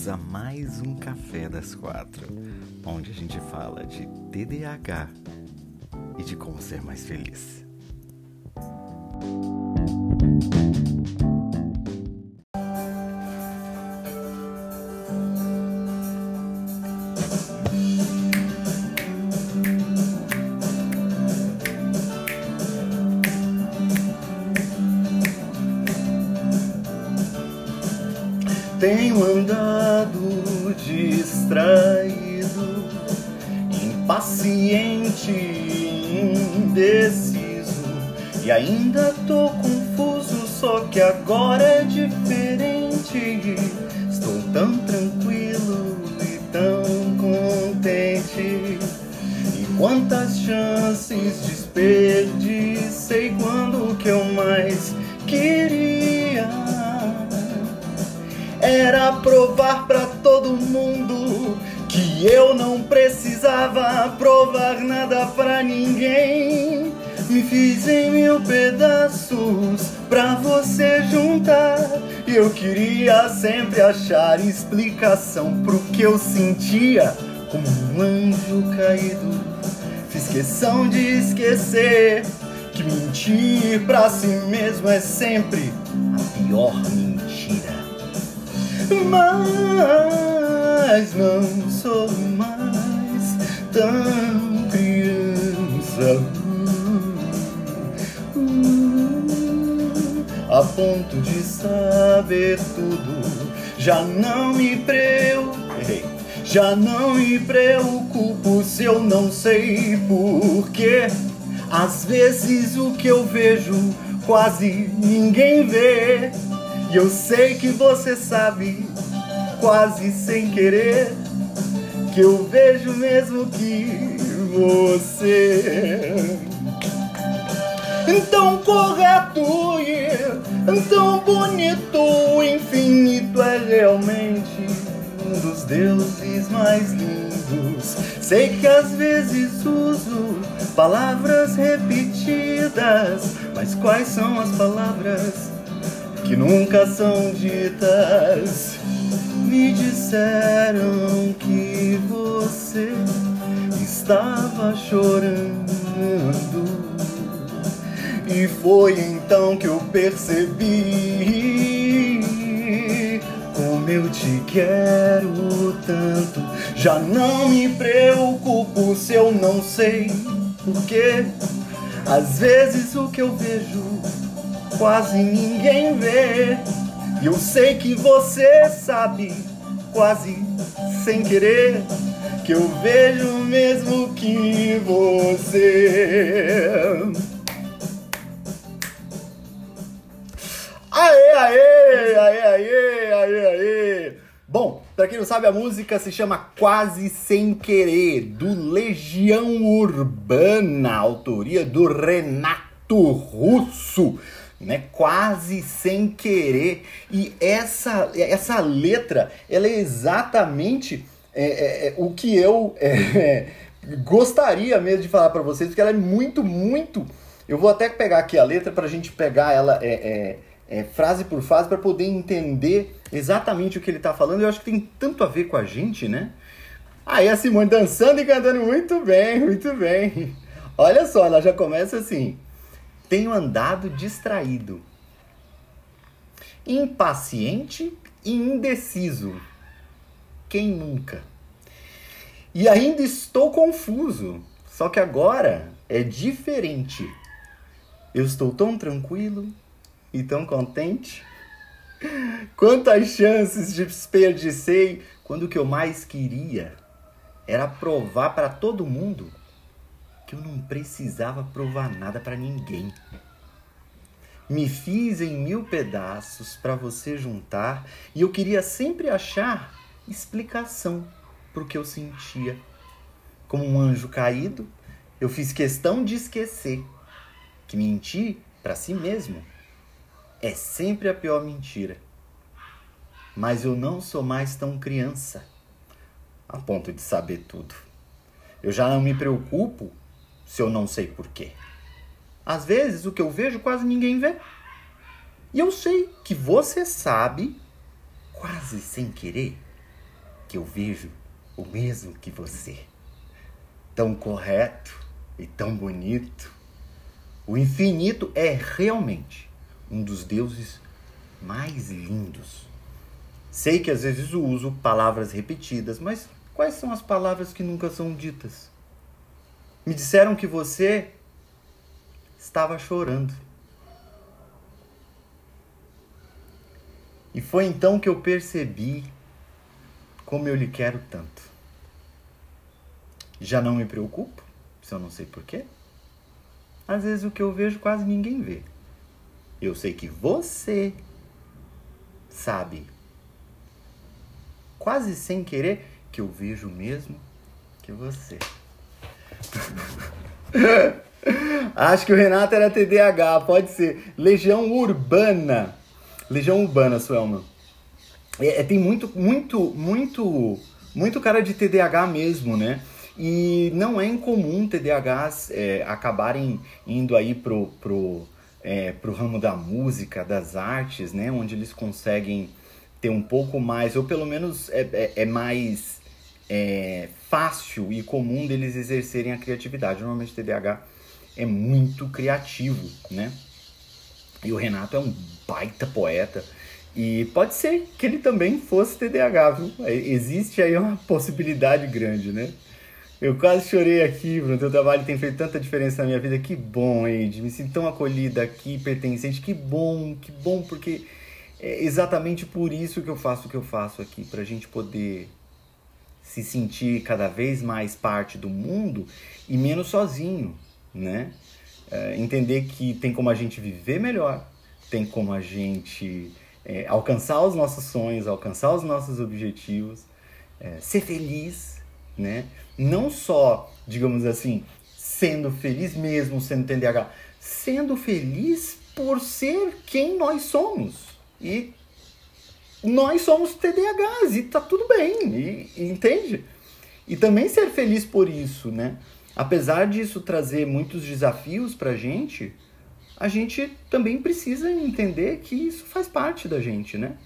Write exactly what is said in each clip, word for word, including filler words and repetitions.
bem-vindos a mais um Café das Quatro, onde a gente fala de T D A H e de como ser mais feliz. Tenho andado distraído, impaciente, indeciso, e ainda tô confuso, só que agora é diferente. Estou tão tranquilo e tão contente. E quantas chances desperdicei quando o que eu mais queria era provar pra todo mundo que eu não precisava provar nada pra ninguém. Me fiz em mil pedaços pra você juntar, e eu queria sempre achar explicação pro que eu sentia como um anjo caído. Fiz questão de esquecer que mentir pra si mesmo é sempre a pior mentira. Mas não sou mais tão criança, uh, uh, a ponto de saber tudo. Já não me preocupo, já não me preocupo se eu não sei porquê. Às vezes o que eu vejo quase ninguém vê. E eu sei que você sabe, quase sem querer, que eu vejo mesmo que você. Tão correto e tão bonito, o infinito é realmente um dos deuses mais lindos. Sei que às vezes uso palavras repetidas, mas quais são as palavras que nunca são ditas? Me disseram que você estava chorando, e foi então que eu percebi como eu te quero tanto. Já não me preocupo se eu não sei porquê. Às vezes o que eu vejo quase ninguém vê, e eu sei que você sabe, quase sem querer, que eu vejo mesmo que você. Aê, aê, aê, aê, aê, aê. Bom, pra quem não sabe, a música se chama Quase Sem Querer, do Legião Urbana, autoria do Renato Russo, né? Quase Sem Querer. E essa, essa letra, ela é exatamente é, é, o que eu é, gostaria mesmo de falar pra vocês, porque ela é muito, muito... Eu vou até pegar aqui a letra pra gente pegar ela é, é, é, frase por frase, pra poder entender exatamente o que ele tá falando. Eu acho que tem tanto a ver com a gente, né? Aí a Simone dançando e cantando muito bem, muito bem. Olha só, ela já começa assim: tenho andado distraído, impaciente e indeciso. Quem nunca? E ainda estou confuso, só que agora é diferente. Eu estou tão tranquilo e tão contente. Quantas chances desperdicei quando o que eu mais queria era provar para todo mundo que eu não precisava provar nada para ninguém. Me fiz em mil pedaços para você juntar, e eu queria sempre achar explicação para o que eu sentia. Como um anjo caído, eu fiz questão de esquecer que mentir para si mesmo é sempre a pior mentira. Mas eu não sou mais tão criança a ponto de saber tudo. Eu já não me preocupo se eu não sei porquê. Às vezes o que eu vejo quase ninguém vê. E eu sei que você sabe, quase sem querer, que eu vejo o mesmo que você. Tão correto e tão bonito. O infinito é realmente um dos deuses mais lindos. Sei que às vezes eu uso palavras repetidas, mas quais são as palavras que nunca são ditas? Me disseram que você estava chorando. E foi então que eu percebi como eu lhe quero tanto. Já não me preocupo, se eu não sei porquê. Às vezes o que eu vejo quase ninguém vê. Eu sei que você sabe, quase sem querer, que eu vejo mesmo que você. Acho que o Renato era T D A H, pode ser. Legião Urbana. Legião Urbana, Suelma. É, é, tem muito, muito, muito, muito cara de T D A H mesmo, né? E não é incomum T D A Hs é, acabarem indo aí pro, pro, é, pro ramo da música, das artes, né? Onde eles conseguem ter um pouco mais, ou pelo menos é, é, é mais é, fácil e comum deles exercerem a criatividade. Normalmente T D A H é muito criativo, né? E o Renato é um baita poeta. E pode ser que ele também fosse T D A H, viu? Existe aí uma possibilidade grande, né? Eu quase chorei aqui, Bruno. Teu trabalho tem feito tanta diferença na minha vida. Que bom, Eide. Me sinto tão acolhida aqui, pertencente. Que bom, que bom, porque é exatamente por isso que eu faço o que eu faço aqui. Pra gente poder se sentir cada vez mais parte do mundo e menos sozinho, né? É, entender que tem como a gente viver melhor, tem como a gente é, alcançar os nossos sonhos, alcançar os nossos objetivos, é, ser feliz, né? Não só, digamos assim, sendo feliz mesmo, sendo T D A H, sendo feliz por ser quem nós somos. E nós somos T D A Hs e tá tudo bem, e, e, entende? E também ser feliz por isso, né? Apesar disso trazer muitos desafios pra gente, a gente também precisa entender que isso faz parte da gente, né?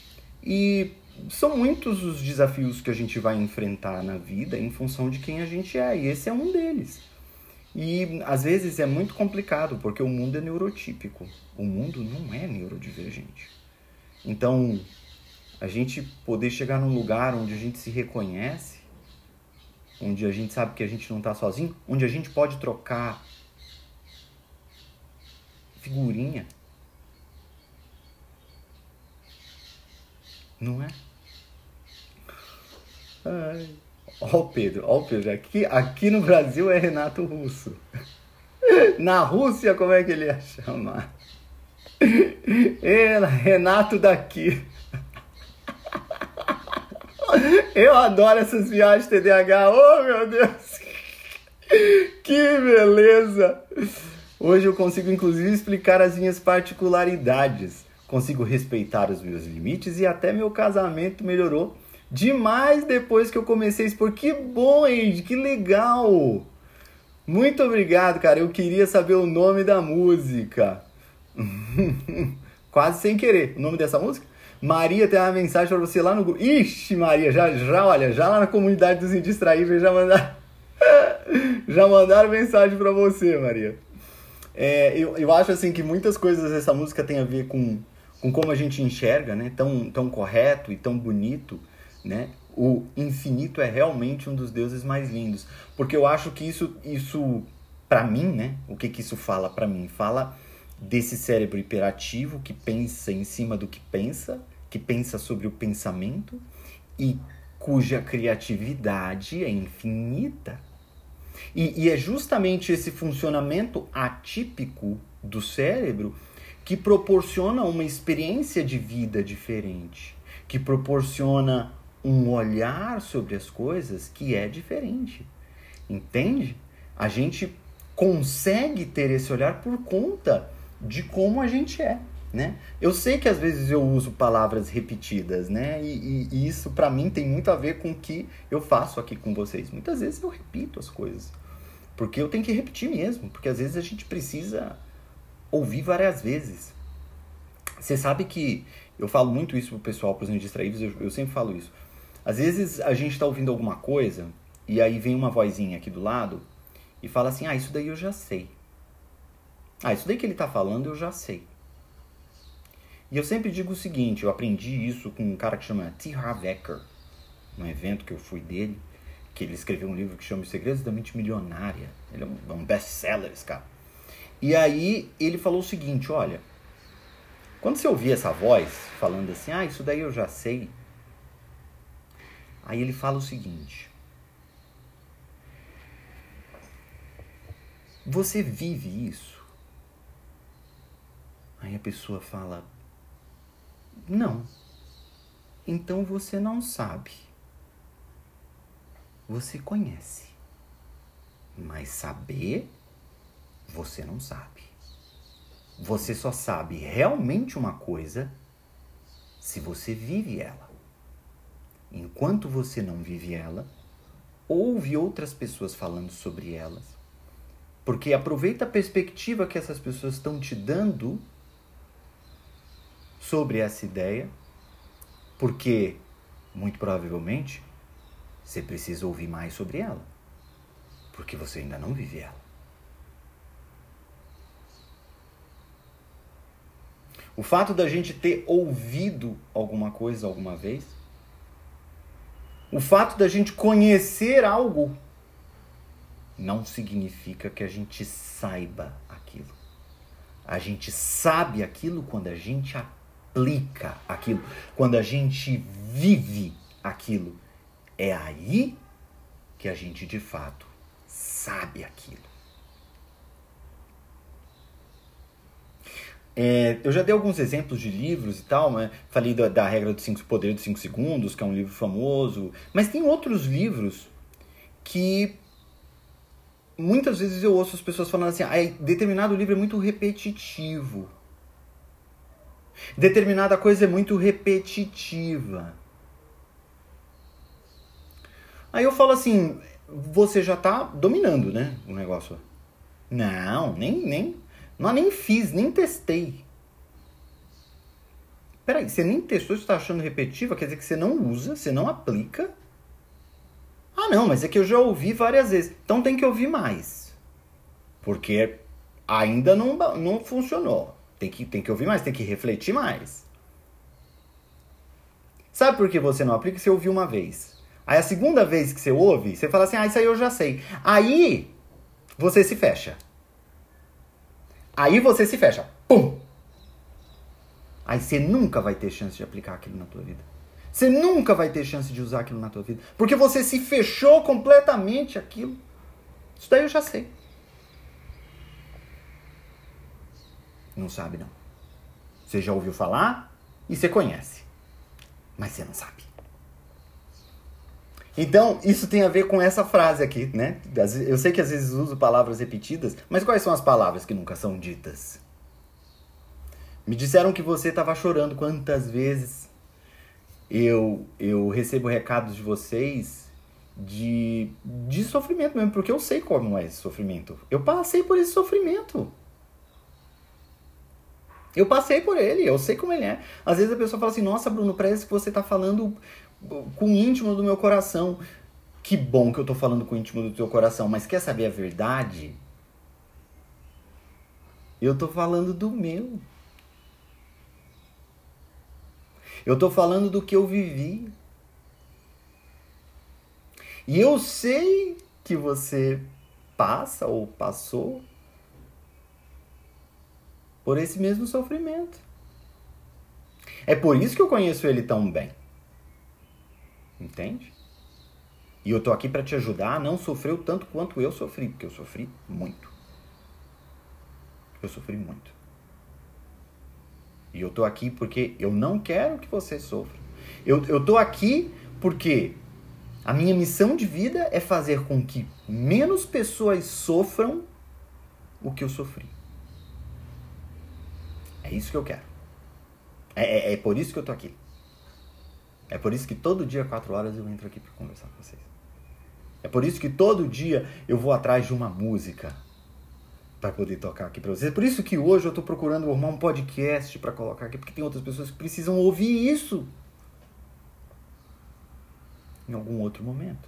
E são muitos os desafios que a gente vai enfrentar na vida em função de quem a gente é, e esse é um deles. E às vezes é muito complicado, porque o mundo é neurotípico. O mundo não é neurodivergente. Então, a gente poder chegar num lugar onde a gente se reconhece, onde a gente sabe que a gente não está sozinho, onde a gente pode trocar figurinha. Não é? Ai. Ó o Pedro, ó o Pedro. Aqui, aqui no Brasil é Renato Russo. Na Rússia, como é que ele ia chamar? Ele, Renato daqui. Eu adoro essas viagens T D A H. Oh, meu Deus. Que beleza. Hoje eu consigo, inclusive, explicar as minhas particularidades. Consigo respeitar os meus limites e até meu casamento melhorou demais depois que eu comecei a expor. Que bom, Eide, que legal. Muito obrigado, cara. Eu queria saber o nome da música. Quase sem querer. O nome dessa música? Maria tem uma mensagem para você lá no grupo. Ixi, Maria, já, já, olha, já lá na comunidade dos Indistraíveis já mandaram, já mandaram mensagem para você, Maria. É, eu, eu acho assim que muitas coisas dessa música tem a ver com, com como a gente enxerga, né? Tão, tão correto e tão bonito, né? O infinito é realmente um dos deuses mais lindos. Porque eu acho que isso, isso para mim, né? O que que isso fala para mim? Fala desse cérebro hiperativo que pensa em cima do que pensa, que pensa sobre o pensamento e cuja criatividade é infinita. E, e é justamente esse funcionamento atípico do cérebro que proporciona uma experiência de vida diferente, que proporciona um olhar sobre as coisas que é diferente. Entende? A gente consegue ter esse olhar por conta de como a gente é, né? Eu sei que às vezes eu uso palavras repetidas, né? E, e, e isso para mim tem muito a ver com o que eu faço aqui com vocês. Muitas vezes eu repito as coisas, porque eu tenho que repetir mesmo, porque às vezes a gente precisa ouvir várias vezes. Você sabe que eu falo muito isso pro pessoal, pros indistraídos, eu, eu sempre falo isso. Às vezes a gente está ouvindo alguma coisa e aí vem uma vozinha aqui do lado e fala assim, ah, isso daí eu já sei. Ah, isso daí que ele está falando eu já sei. E eu sempre digo o seguinte, eu aprendi isso com um cara que chama T. Harv Eker, num evento que eu fui dele, que ele escreveu um livro que chama Os Segredos da Mente Milionária. Ele é um best-seller, esse cara. E aí ele falou o seguinte, olha, quando você ouvir essa voz falando assim, ah, isso daí eu já sei, aí ele fala o seguinte, você vive isso? Aí a pessoa fala, não. Então você não sabe. Você conhece. Mas saber, você não sabe. Você só sabe realmente uma coisa se você vive ela. Enquanto você não vive ela, ouve outras pessoas falando sobre elas. Porque aproveita a perspectiva que essas pessoas estão te dando sobre essa ideia, porque, muito provavelmente, você precisa ouvir mais sobre ela, porque você ainda não vive ela. O fato da gente ter ouvido alguma coisa alguma vez, o fato da gente conhecer algo, não significa que a gente saiba aquilo. A gente sabe aquilo quando a gente aplica aquilo, quando a gente vive aquilo. É aí que a gente de fato sabe aquilo. É, eu já dei alguns exemplos de livros e tal, né? Falei da, da regra do cinco, Poder dos cinco Segundos, que é um livro famoso, mas tem outros livros que muitas vezes eu ouço as pessoas falando assim, ah, determinado livro é muito repetitivo. Determinada coisa é muito repetitiva. Aí eu falo assim, você já tá dominando, né, o negócio. Não, nem, nem, não, nem fiz, nem testei. Peraí, você nem testou, você tá achando repetitiva, quer dizer que você não usa, você não aplica? Ah, não, mas é que eu já ouvi várias vezes. Então tem que ouvir mais. Porque ainda não, não funcionou. Tem que, tem que ouvir mais, tem que refletir mais. Sabe por que você não aplica? Você ouviu uma vez. Aí a segunda vez que você ouve, você fala assim, ah, isso aí eu já sei. Aí você se fecha. Aí você se fecha. Pum! Aí você nunca vai ter chance de aplicar aquilo na tua vida. Você nunca vai ter chance de usar aquilo na tua vida. Porque você se fechou completamente aquilo. Isso daí eu já sei. Não sabe, não. Você já ouviu falar e você conhece. Mas você não sabe. Então, isso tem a ver com essa frase aqui, né? Eu sei que às vezes uso palavras repetidas, mas quais são as palavras que nunca são ditas? Me disseram que você estava chorando quantas vezes eu, eu recebo recados de vocês de, de sofrimento mesmo, porque eu sei como é esse sofrimento. Eu passei por esse sofrimento. Eu passei por ele, eu sei como ele é. Às vezes a pessoa fala assim, nossa, Bruno, parece que você está falando com o íntimo do meu coração. Que bom que eu estou falando com o íntimo do teu coração, mas quer saber a verdade? Eu estou falando do meu. Eu estou falando do que eu vivi. E eu sei que você passa ou passou por esse mesmo sofrimento. É por isso que eu conheço ele tão bem. Entende? E eu tô aqui para te ajudar a não sofrer o tanto quanto eu sofri, porque eu sofri muito. Eu sofri muito. E eu tô aqui porque eu não quero que você sofra. Eu, eu tô aqui porque a minha missão de vida é fazer com que menos pessoas sofram o que eu sofri. É isso que eu quero. É, é, é por isso que eu tô aqui. É por isso que todo dia, quatro horas, eu entro aqui para conversar com vocês. É por isso que todo dia eu vou atrás de uma música para poder tocar aqui para vocês. É por isso que hoje eu tô procurando arrumar um podcast para colocar aqui, porque tem outras pessoas que precisam ouvir isso. em algum outro momento.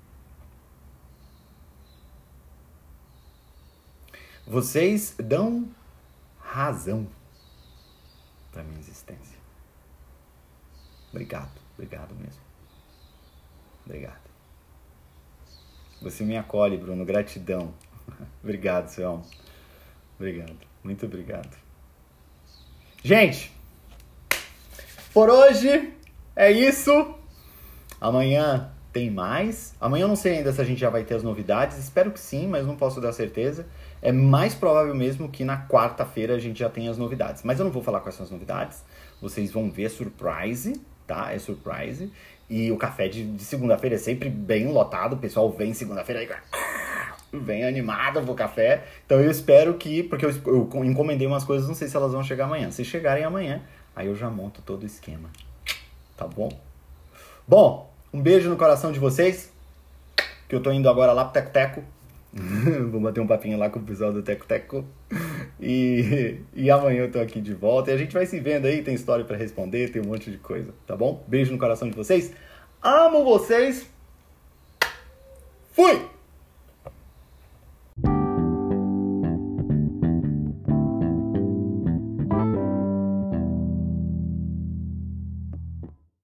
Vocês dão razão para minha existência. Obrigado, obrigado mesmo. Obrigado. Você me acolhe, Bruno, gratidão. Obrigado, seu amor. Obrigado, muito obrigado. Gente, por hoje é isso. Amanhã tem mais. Amanhã eu não sei ainda se a gente já vai ter as novidades. Espero que sim, mas não posso dar certeza. É mais provável mesmo que na quarta-feira a gente já tenha as novidades. Mas eu não vou falar quais são as novidades. Vocês vão ver, surprise, tá? É surprise. E o café de, de segunda-feira é sempre bem lotado. O pessoal vem segunda-feira aí, vem animado pro café. Então eu espero que... Porque eu, eu encomendei umas coisas, não sei se elas vão chegar amanhã. Se chegarem amanhã, aí eu já monto todo o esquema. Tá bom? Bom, um beijo no coração de vocês. Que eu tô indo agora lá pro Teco Teco. Vou bater um papinho lá com o pessoal do Teco Teco. E, e amanhã eu tô aqui de volta. E a gente vai se vendo aí. Tem história pra responder, tem um monte de coisa. Tá bom? Beijo no coração de vocês. Amo vocês. Fui!